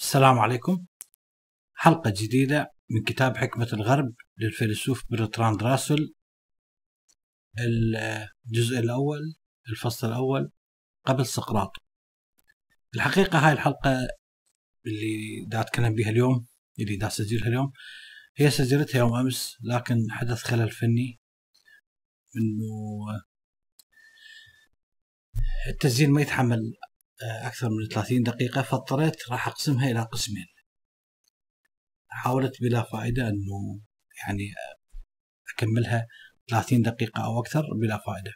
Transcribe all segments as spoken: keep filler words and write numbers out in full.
السلام عليكم. حلقة جديدة من كتاب حكمة الغرب للفيلسوف برتراند راسل، الجزء الأول، الفصل الأول، قبل سقراط. الحقيقة هاي الحلقة اللي دا أتكلم بها اليوم، اللي دا أسجلها اليوم، هي سجلتها يوم أمس، لكن حدث خلل فني إنه التسجيل ما يتحمل أكثر من ثلاثين دقيقة، فاضطريت راح أقسمها إلى قسمين. حاولت بلا فائدة أنه يعني أكملها ثلاثين دقيقة أو أكثر بلا فائدة.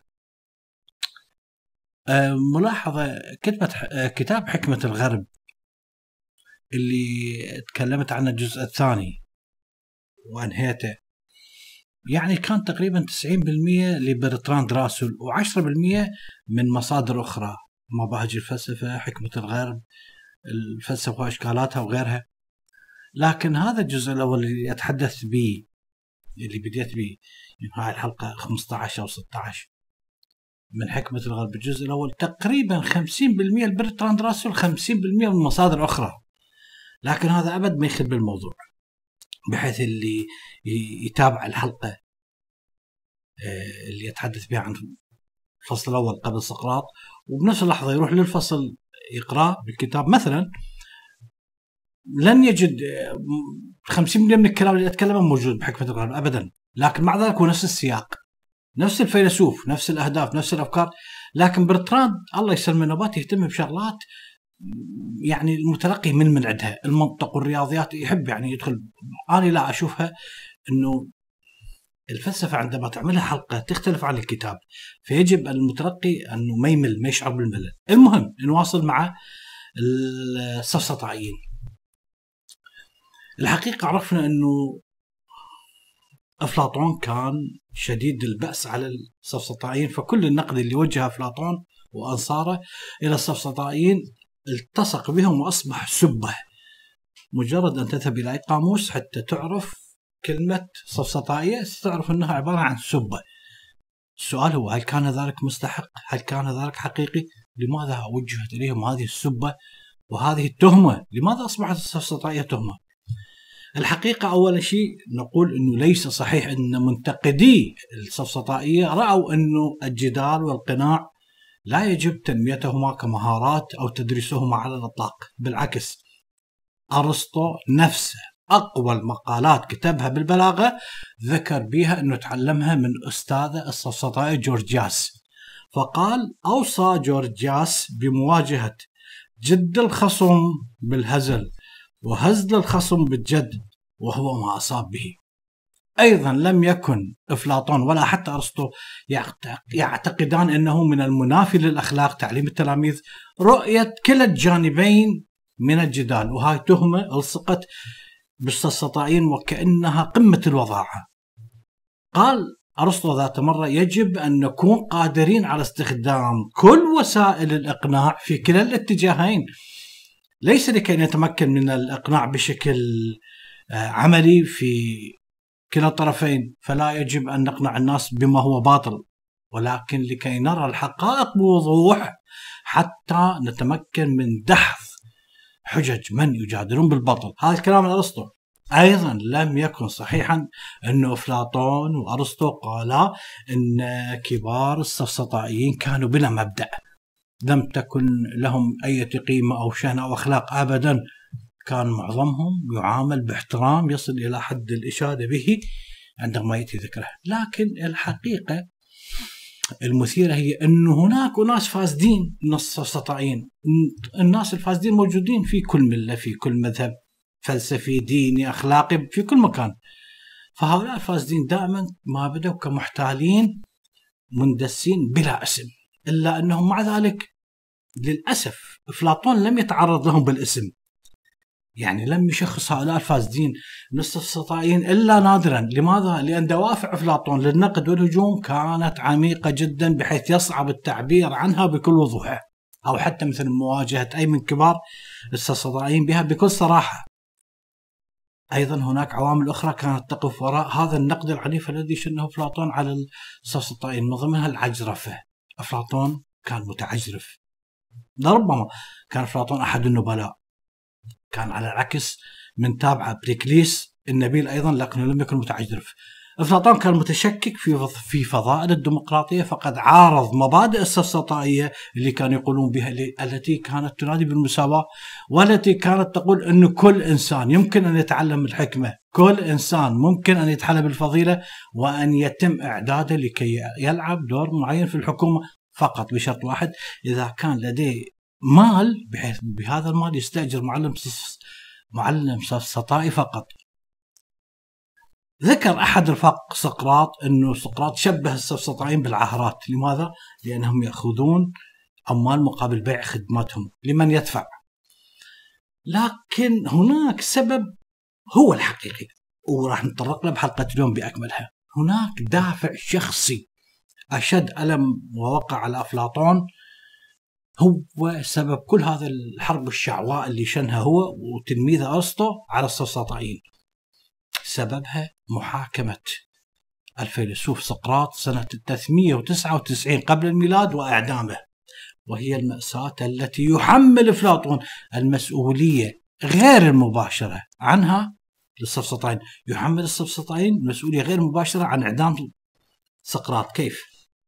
ملاحظة، كتبت كتاب حكمة الغرب اللي تكلمت عنه الجزء الثاني وأنهيته، يعني كان تقريبا تسعين بالمئة لبرتراند راسل وعشرة بالمئة من مصادر أخرى، مباهج الفلسفة، حكمة الغرب، الفلسفة وأشكالاتها وغيرها. لكن هذا الجزء الأول اللي أتحدث به، اللي بديت به هاي الحلقة خمسة عشر أو ستة عشر من حكمة الغرب، الجزء الأول تقريبا خمسين بالمئة لبرتراند راسل، خمسين بالمئة من مصادر أخرى. لكن هذا أبد ما يخل بالموضوع، بحيث اللي يتابع الحلقة اللي يتحدث بها عن الفصل الأول قبل سقراط، وبنفس اللحظة يروح للفصل يقرأ بالكتاب مثلا، لن يجد خمسين بالمئة من الكلام اللي أتكلمه موجود بحكمة الغرب أبدا. لكن مع ذلك هو نفس السياق، نفس الفيلسوف، نفس الأهداف، نفس الأفكار. لكن برتراند الله يسلم النبات يهتم بشغلات يعني المتلقي من من عندها، المنطق والرياضيات يحب يعني يدخل. أنا لا أشوفها إنه الفلسفة عندما تعملها حلقة تختلف عن الكتاب، فيجب المتلقي أنه ما يمل، ما يشعر بالملل. المهم نواصل مع السفسطائيين. الحقيقة عرفنا أنه أفلاطون كان شديد البأس على السفسطائيين، فكل النقد اللي وجهه أفلاطون وأنصاره إلى السفسطائيين التصق بهم وأصبح سبه. مجرد أن تذهب إلى أي قاموس حتى تعرف كلمة سفسطائية ستعرف أنها عبارة عن سبه. السؤال هو، هل كان ذلك مستحق؟ هل كان ذلك حقيقي؟ لماذا وجهت إليهم هذه السبة وهذه التهمة؟ لماذا أصبحت السفسطائية تهمة؟ الحقيقة أول شيء نقول أنه ليس صحيح أن منتقدي السفسطائية رأوا أنه الجدال والقناع لا يجب تنميتهما كمهارات أو تدريسهما على الإطلاق. بالعكس، أرسطو نفسه أقوى المقالات كتبها بالبلاغة ذكر بها أنه تعلمها من أستاذه السفسطائي جورجياس، فقال: أوصى جورجياس بمواجهة جد الخصم بالهزل وهزل الخصم بالجد، وهو ما أصاب به. أيضا لم يكن أفلاطون ولا حتى أرسطو يعتقدان أنه من المنافي للأخلاق تعليم التلاميذ رؤية كلا الجانبين من الجدال، وهاي تهمة الصقت بالسفسطائيين وكأنها قمة الوضاعة. قال أرسطو ذات مرة: يجب أن نكون قادرين على استخدام كل وسائل الإقناع في كلا الاتجاهين، ليس لكي نتمكن من الإقناع بشكل عملي في كلا الطرفين، فلا يجب أن نقنع الناس بما هو باطل، ولكن لكي نرى الحقائق بوضوح حتى نتمكن من دحض حجج من يجادلون بالباطل. هذا الكلام أرسطو. أيضا لم يكن صحيحا أن أفلاطون وأرسطو قالا أن كبار السفسطائيين كانوا بلا مبدأ، لم تكن لهم أي قيمة أو شأن أو أخلاق أبدا. كان معظمهم يعامل باحترام يصل إلى حد الإشادة به عندما يأتي ذكره. لكن الحقيقة المثيرة هي أن هناك ناس فاسدين من السفسطائيين. الناس الفاسدين موجودين في كل ملة، في كل مذهب فلسفي، ديني، أخلاقي، في كل مكان. فهؤلاء الفاسدين دائما ما بدأوا كمحتالين مندسين بلا اسم، إلا أنهم مع ذلك للأسف أفلاطون لم يتعرض لهم بالاسم، يعني لم يشخص هؤلاء الفاسدين من السفسطائيين إلا نادرا. لماذا؟ لأن دوافع أفلاطون للنقد والهجوم كانت عميقة جدا بحيث يصعب التعبير عنها بكل وضوح، أو حتى مثل مواجهة أي من كبار السفسطائيين بها بكل صراحة. أيضا هناك عوامل أخرى كانت تقف وراء هذا النقد العنيف الذي شنه أفلاطون على السفسطائيين، من ضمنها العجرفة. أفلاطون كان متعجرف، لربما كان أفلاطون أحد النبلاء، كان على العكس من تابعه بريكليس النبيل أيضا، لكنه لم يكن متعجرف. أفلاطون كان متشكك في في فضائل الديمقراطية، فقد عارض مبادئ السفسطائية اللي كانوا يقولون بها، التي كانت تنادي بالمساواة، والتي كانت تقول أن كل إنسان يمكن أن يتعلم الحكمة، كل إنسان ممكن أن يتحلى بالفضيلة، وأن يتم إعداده لكي يلعب دور معين في الحكومة، فقط بشرط واحد: إذا كان لديه مال بحيث بهذا المال يستأجر معلم معلم سفسطائي فقط. ذكر أحد رفاق سقراط أنه سقراط شبه السفسطائيين بالعاهرات. لماذا؟ لأنهم يأخذون أموال مقابل بيع خدماتهم لمن يدفع. لكن هناك سبب هو الحقيقي، وراح نتطرق له بحلقة اليوم بأكملها. هناك دافع شخصي أشد ألم ووقع على أفلاطون، هو سبب كل هذا الحرب الشعواء اللي شنها هو وتلميذه أرسطو على السفسطائيين. سببها محاكمة الفيلسوف سقراط سنة ثلاثمئة وتسعة وتسعين قبل الميلاد وإعدامه، وهي المأساة التي يحمل أفلاطون المسؤولية غير المباشرة عنها للسفسطائيين. يحمل السفسطائيين مسؤولية غير مباشرة عن إعدام سقراط. كيف؟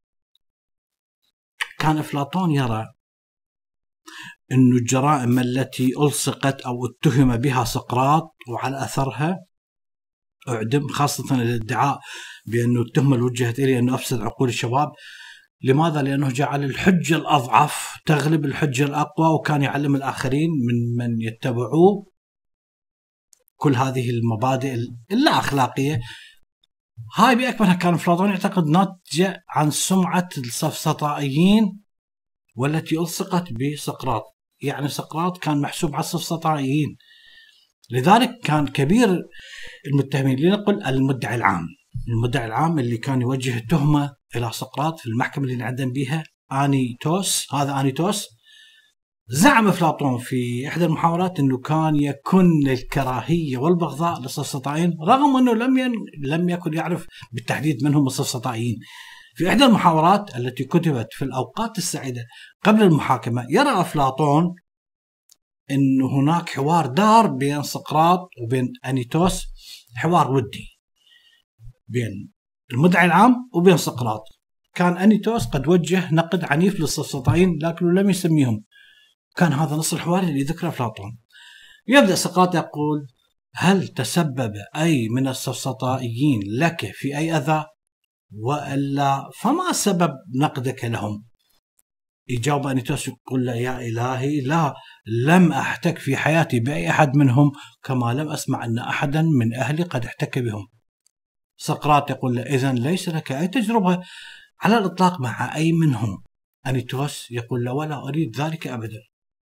كان أفلاطون يرى أن الجرائم التي ألصقت أو اتهم بها سقراط وعلى أثرها أعدم، خاصة الادعاء بأنه التهمة الوجهت إليه أنه أفسد عقول الشباب. لماذا؟ لأنه جعل الحجة الأضعف تغلب الحجة الأقوى، وكان يعلم الآخرين من من يتبعوه كل هذه المبادئ اللا أخلاقية. هاي بأكملها كان أفلاطون يعتقد ناتجة عن سمعة السفسطائيين والتي ألصقت بسقراط. يعني سقراط كان محسوب على السفسطائيين، لذلك كان كبير المتهمين، لنقل المدعي العام. المدعي العام اللي كان يوجه التهمة إلى سقراط في المحكمة اللي نعدم بها آنيتوس. هذا آنيتوس زعم أفلاطون في إحدى المحاورات أنه كان يكن الكراهية والبغضاء للسفسطائيين، رغم أنه لم ين... لم يكن يعرف بالتحديد من هم السفسطائيين. في إحدى المحاورات التي كتبت في الأوقات السعيدة قبل المحاكمة، يرى أفلاطون أن هناك حوار دار بين سقراط وبين آنيتوس، حوار ودي بين المدعي العام وبين سقراط. كان آنيتوس قد وجه نقد عنيف للسفسطائيين لكنه لم يسميهم. كان هذا نص الحوار اللي ذكره أفلاطون. يبدأ سقراط يقول: هل تسبب أي من السفسطائيين لك في أي أذى؟ وإلا فما سبب نقدك لهم؟ يجاوب آنيتوس يقول له: يا إلهي، لا، لم أحتك في حياتي بأي أحد منهم، كما لم أسمع أن أحدا من أهلي قد احتك بهم. سقراط يقول له: إذن ليس لك أي تجربة على الإطلاق مع أي منهم. آنيتوس يقول له: ولا أريد ذلك أبدا.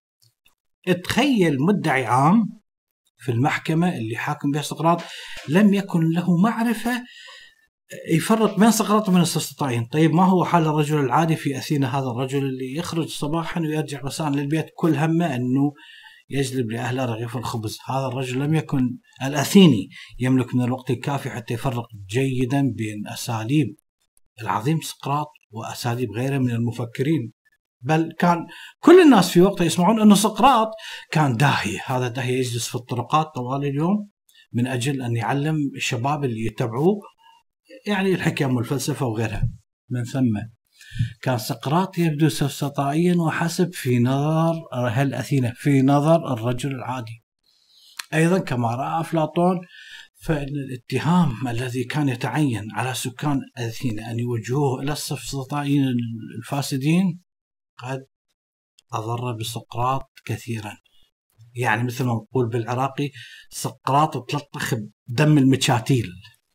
اتخيل مدعي عام في المحكمة اللي حاكم بها سقراط لم يكن له معرفة يفرق بين سقراط وبين السفسطائيين. طيب ما هو حال الرجل العادي في أثينا؟ هذا الرجل اللي يخرج صباحا ويرجع مساء للبيت كل همه أنه يجلب لأهله رغيف الخبز. هذا الرجل لم يكن الأثيني يملك من الوقت الكافي حتى يفرق جيدا بين أساليب العظيم سقراط وأساليب غيره من المفكرين. بل كان كل الناس في وقته يسمعون أن سقراط كان داهية. هذا داهية يجلس في الطرقات طوال اليوم من أجل أن يعلم الشباب اللي يتبعوه يعني الحكم والفلسفة وغيرها. من ثم كان سقراط يبدو سفسطائيا وحسب في نظر أهل أثينا، في نظر الرجل العادي. أيضا كما رأى أفلاطون فإن الاتهام الذي كان يتعين على سكان أثينا أن يوجهوه إلى السفسطائيين الفاسدين قد أضر بسقراط كثيرا. يعني مثل ما نقول بالعراقي: سقراط تلطخ بدم المشاتيل.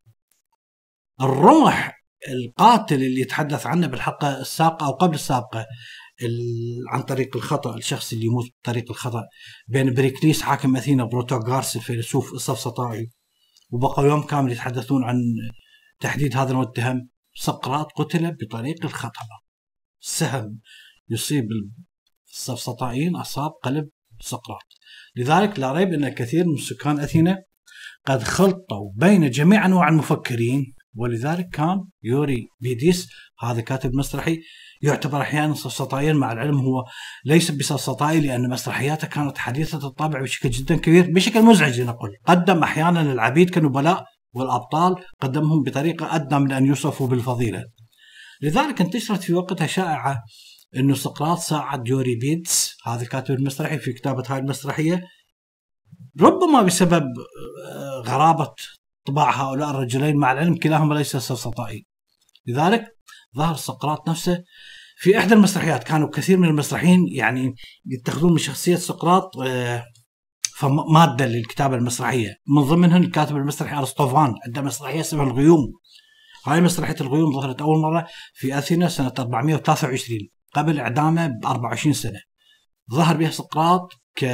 الرمح القاتل اللي يتحدث عنه بالحلقة السابقة أو قبل السابقة عن طريق الخطأ، الشخص اللي يموت بطريق الخطأ، بين بريكليس حاكم أثينا وبروتوغارس الفيلسوف السفسطائي، وبقوا يوم كامل يتحدثون عن تحديد هذا المتهم. سقراط قتل بطريق الخطأ، سهم يصيب السفسطائيين أصاب قلب سقراط. لذلك لا ريب أن كثير من سكان أثينا قد خلطوا بين جميع أنواع المفكرين ولذلك كان يوريبيديس هذا كاتب مسرحي يعتبر أحيانا سفسطائيا، مع العلم هو ليس بسفسطائي، لأن مسرحياته كانت حديثة الطابع بشكل جدا كبير، بشكل مزعج لنقل. قدم أحيانا العبيد كنبلاء والأبطال قدمهم بطريقة أدنى من أن يوصفوا بالفضيلة. لذلك انتشرت في وقتها شائعة أنه سقراط ساعد يوريبيدس هذا الكاتب المسرحي في كتابة هذه المسرحية، ربما بسبب غرابة طباع هؤلاء الرجلين، مع العلم كلاهما ليس سفسطائي. لذلك ظهر سقراط نفسه في إحدى المسرحيات. كانوا كثير من المسرحيين يعني يتخذون من شخصية سقراط مادة للكتابة المسرحية، من ضمنهم الكاتب المسرحي أرسطوفان عنده مسرحية اسمها الغيوم. هاي مسرحية الغيوم ظهرت أول مرة في أثينا سنة أربعمائة وثلاثة وعشرين قبل إعدامه ب أربعة وعشرين سنة. ظهر بها سقراط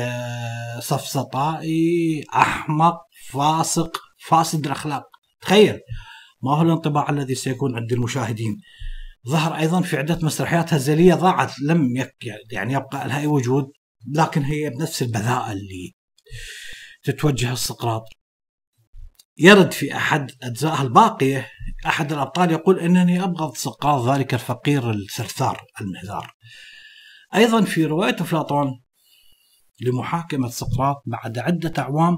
كسفسطائي أحمق فاسق فاسد الأخلاق. تخيل ما هو الانطباع الذي سيكون عند المشاهدين. ظهر أيضا في عدة مسرحيات هزلية ضاعت، لم يك يعني يبقى لها أي وجود، لكن هي بنفس البذاءة اللي تتوجه السقراط. يرد في أحد أجزائها الباقية أحد الأبطال يقول إنني أبغض سقراط ذلك الفقير الثرثار المهذار. أيضا في رواية أفلاطون لمحاكمة سقراط بعد عدة أعوام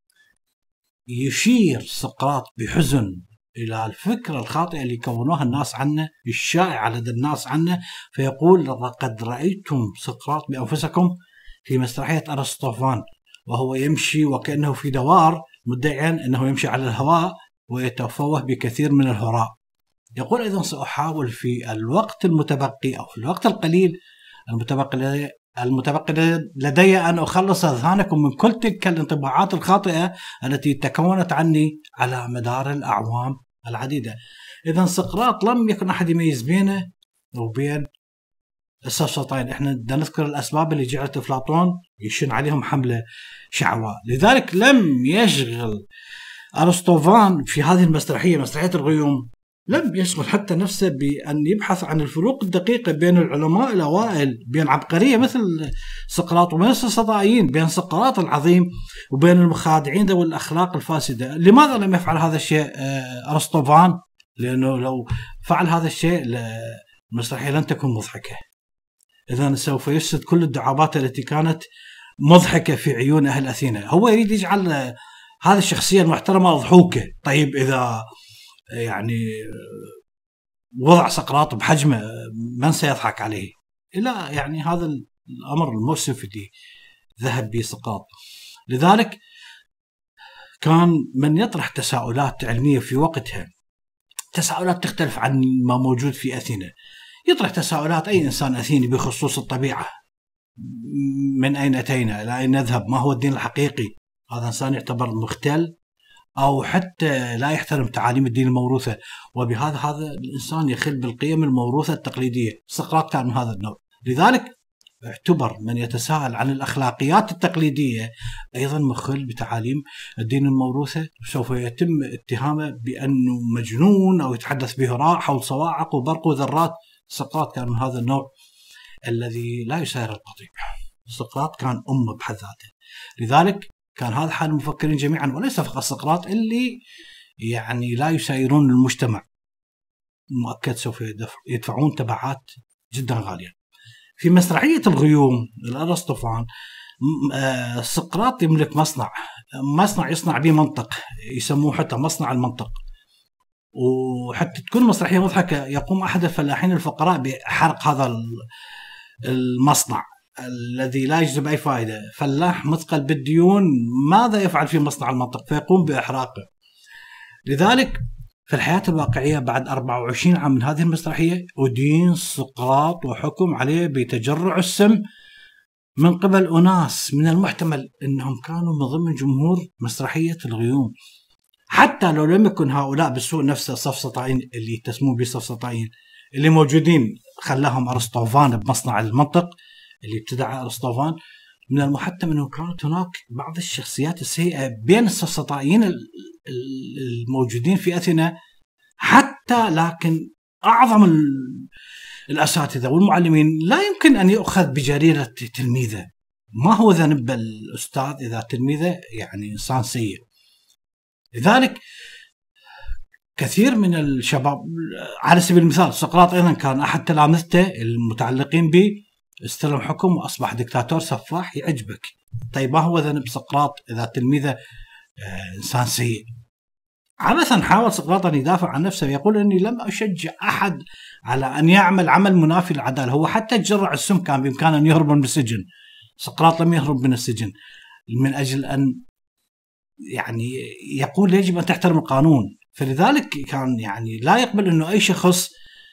يشير سقراط بحزن إلى الفكرة الخاطئة اللي كونوها الناس عنه، الشائعة لدى الناس عنه، فيقول لقد رأيتم سقراط بأنفسكم في مسرحية أرسطوفان وهو يمشي وكأنه في دوار، مدعيا أنه يمشي على الهواء ويتفوه بكثير من الهراء. يقول أيضا سأحاول في الوقت المتبقي أو في الوقت القليل المتبقي المتبقي لدي أن أخلص أذهانكم من كل تلك الانطباعات الخاطئة التي تكونت عني على مدار الأعوام العديدة. إذن سقراط لم يكن أحد يميز بينه وبين السفسطائيين. إحنا بدنا نذكر الأسباب اللي جعلت أفلاطون يشن عليهم حملة شعواء. لذلك لم يشغل أرسطوفان في هذه المسرحية مسرحية الغيوم، لم يشغل حتى نفسه بأن يبحث عن الفروق الدقيقة بين العلماء الأوائل، بين عبقرية مثل سقراط وبين السفسطائيين، بين سقراط العظيم وبين المخادعين ذوي الأخلاق الفاسدة. لماذا لم يفعل هذا الشيء أرسطوفان؟ لأنه لو فعل هذا الشيء المسرحية لن تكون مضحكة، إذن سوف يفسد كل الدعابات التي كانت مضحكة في عيون أهل أثينا. هو يريد يجعل هذه الشخصية المحترمة ضحوكة. طيب إذا يعني وضع سقراط بحجمه من سيضحك عليه؟ إلا يعني هذا الأمر المؤسف اللي ذهب به سقراط. لذلك كان من يطرح تساؤلات علمية في وقتها، تساؤلات تختلف عن ما موجود في أثينا. يطرح تساؤلات أي إنسان أثيني بخصوص الطبيعة، من أين أتينا، إلى أين نذهب، ما هو الدين الحقيقي. هذا إنسان يعتبر مختل أو حتى لا يحترم تعاليم الدين الموروثة، وبهذا هذا الإنسان يخل بالقيم الموروثة التقليدية. سقراط كان من هذا النوع. لذلك اعتبر من يتساءل عن الأخلاقيات التقليدية أيضا مخل بتعاليم الدين الموروثة، سوف يتم اتهامه بأنه مجنون أو يتحدث بهراء حول صواعق وبرق وذرات. سقراط كان من هذا النوع الذي لا يسير القضيب. سقراط كان أمة بحد ذاته. لذلك كان هذا حال المفكرين جميعا، وليس فقط سقراط اللي يعني لا يسيرون المجتمع، مؤكد سوف يدفعون تبعات جدا غالية. في مسرحية الغيوم لأرسطوفان سقراط يملك مصنع مصنع يصنع به منطق، يسموه حتى مصنع المنطق. وحتى تكون مسرحية مضحكة يقوم أحد الفلاحين الفقراء بحرق هذا المصنع الذي لا يجلب أي فائدة. فلاح مثقل بالديون، ماذا يفعل في مصنع المنطق؟ فيقوم بإحراقه. لذلك في الحياة الواقعية بعد أربعة وعشرين عام من هذه المسرحية أدين سقراط وحكم عليه بتجرع السم من قبل أناس من المحتمل أنهم كانوا من ضمن جمهور مسرحية الغيوم، حتى لو لم يكن هؤلاء بالسوء نفسه السفسطائيين اللي تسمون بالسفسطائيين اللي موجودين خلاهم أرسطوفان بمصنع المنطق اللي ابتدع أرسطوفان. من المحتمل أنه كانت هناك بعض الشخصيات السيئة بين السفسطائيين الموجودين في أثينا حتى، لكن أعظم الأساتذة والمعلمين لا يمكن أن يؤخذ بجريرة تلميذه. ما هو ذنب الأستاذ إذا تلميذه يعني إنسان سيء؟ لذلك كثير من الشباب، على سبيل المثال سقراط أيضا كان أحد تلامذته المتعلقين به استلم حكم وأصبح دكتاتور سفاح يعجبك. طيب ما هو ذنب سقراط إذا تلميذه إنسان سيء؟ عبثا حاول سقراط أن يدافع عن نفسه ويقول أني لم أشجع أحد على أن يعمل عمل منافي للعدالة. هو حتى تجرع السم كان بإمكانه أن يهرب من السجن. سقراط لم يهرب من السجن من أجل أن يعني يقول يجب أن تحترم القانون، فلذلك كان يعني لا يقبل أنه أي شخص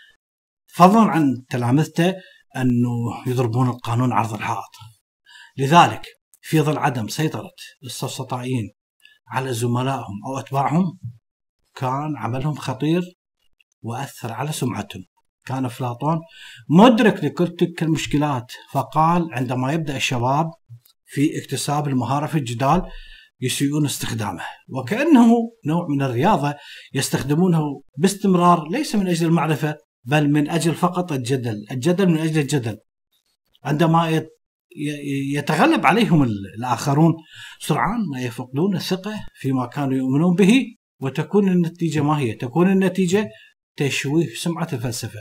فضلا عن تلامذته أنه يضربون القانون عرض الحائط. لذلك في ظل عدم سيطرة السفسطائيين على زملائهم أو أتباعهم كان عملهم خطير وأثر على سمعتهم. كان أفلاطون مدرك لكل تلك المشكلات، فقال عندما يبدأ الشباب في اكتساب المهارة في الجدال يسيئون استخدامه، وكأنه نوع من الرياضة يستخدمونه باستمرار ليس من أجل المعرفة بل من أجل فقط الجدل الجدل من أجل الجدل. عندما يتغلب عليهم الآخرون سرعان ما يفقدون الثقة فيما كانوا يؤمنون به، وتكون النتيجة ما هي؟ تكون النتيجة تشويه سمعة الفلسفة.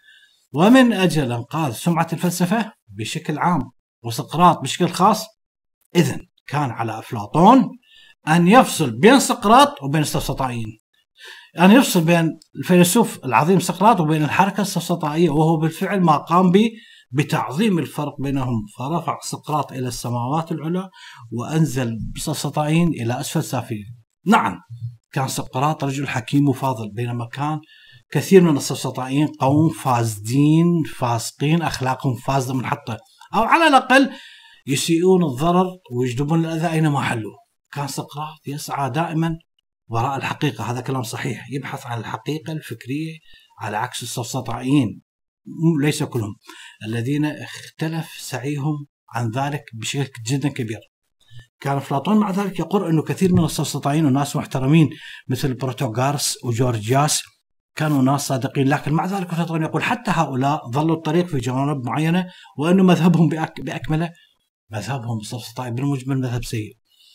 ومن أجل إنقاذ سمعة الفلسفة بشكل عام وسقراط بشكل خاص، إذن كان على أفلاطون أن يفصل بين سقراط وبين السفسطائيين، أن يفصل بين الفيلسوف العظيم سقراط وبين الحركة السفسطائية، وهو بالفعل ما قام به بتعظيم الفرق بينهم، فرفع سقراط إلى السماوات العلى وأنزل السفسطائيين إلى أسفل سافلين. نعم كان سقراط رجل حكيم وفاضل، بينما كان كثير من السفسطائيين قوم فاسدين فاسقين أخلاقهم فاسدة منحطة، أو على الأقل يسيئون الضرر ويجلبون الأذى أينما حلوا. كان سقراط يسعى دائما وراء الحقيقة، هذا كلام صحيح، يبحث عن الحقيقة الفكرية، على عكس السفسطائيين ليس كلهم الذين اختلف سعيهم عن ذلك بشكل جدا كبير. كان أفلاطون مع ذلك يقول أنه كثير من السفسطائيين وناس محترمين مثل بروتوغارس وجورجياس كانوا ناس صادقين، لكن مع ذلك أفلاطون يقول حتى هؤلاء ظلوا الطريق في جوانب معينة، وأنه مذهبهم بأك بأكمله مذهبهم السفسطائي بالمجمل مذهب سيء.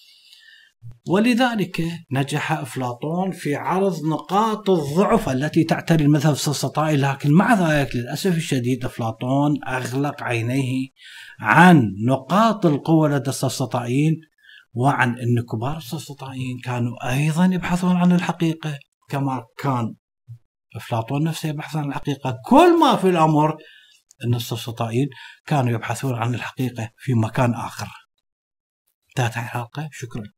ولذلك نجح أفلاطون في عرض نقاط الضعف التي تعتري المذهب السفسطائي، لكن مع ذلك للأسف الشديد أفلاطون أغلق عينيه عن نقاط القوة لدى السفسطائيين، وعن أن كبار السفسطائيين كانوا أيضا يبحثون عن الحقيقة كما كان أفلاطون نفسه يبحث عن الحقيقة. كل ما في الأمر أن السفسطائيين كانوا يبحثون عن الحقيقة في مكان آخر. انتهت الحلقة، شكرا.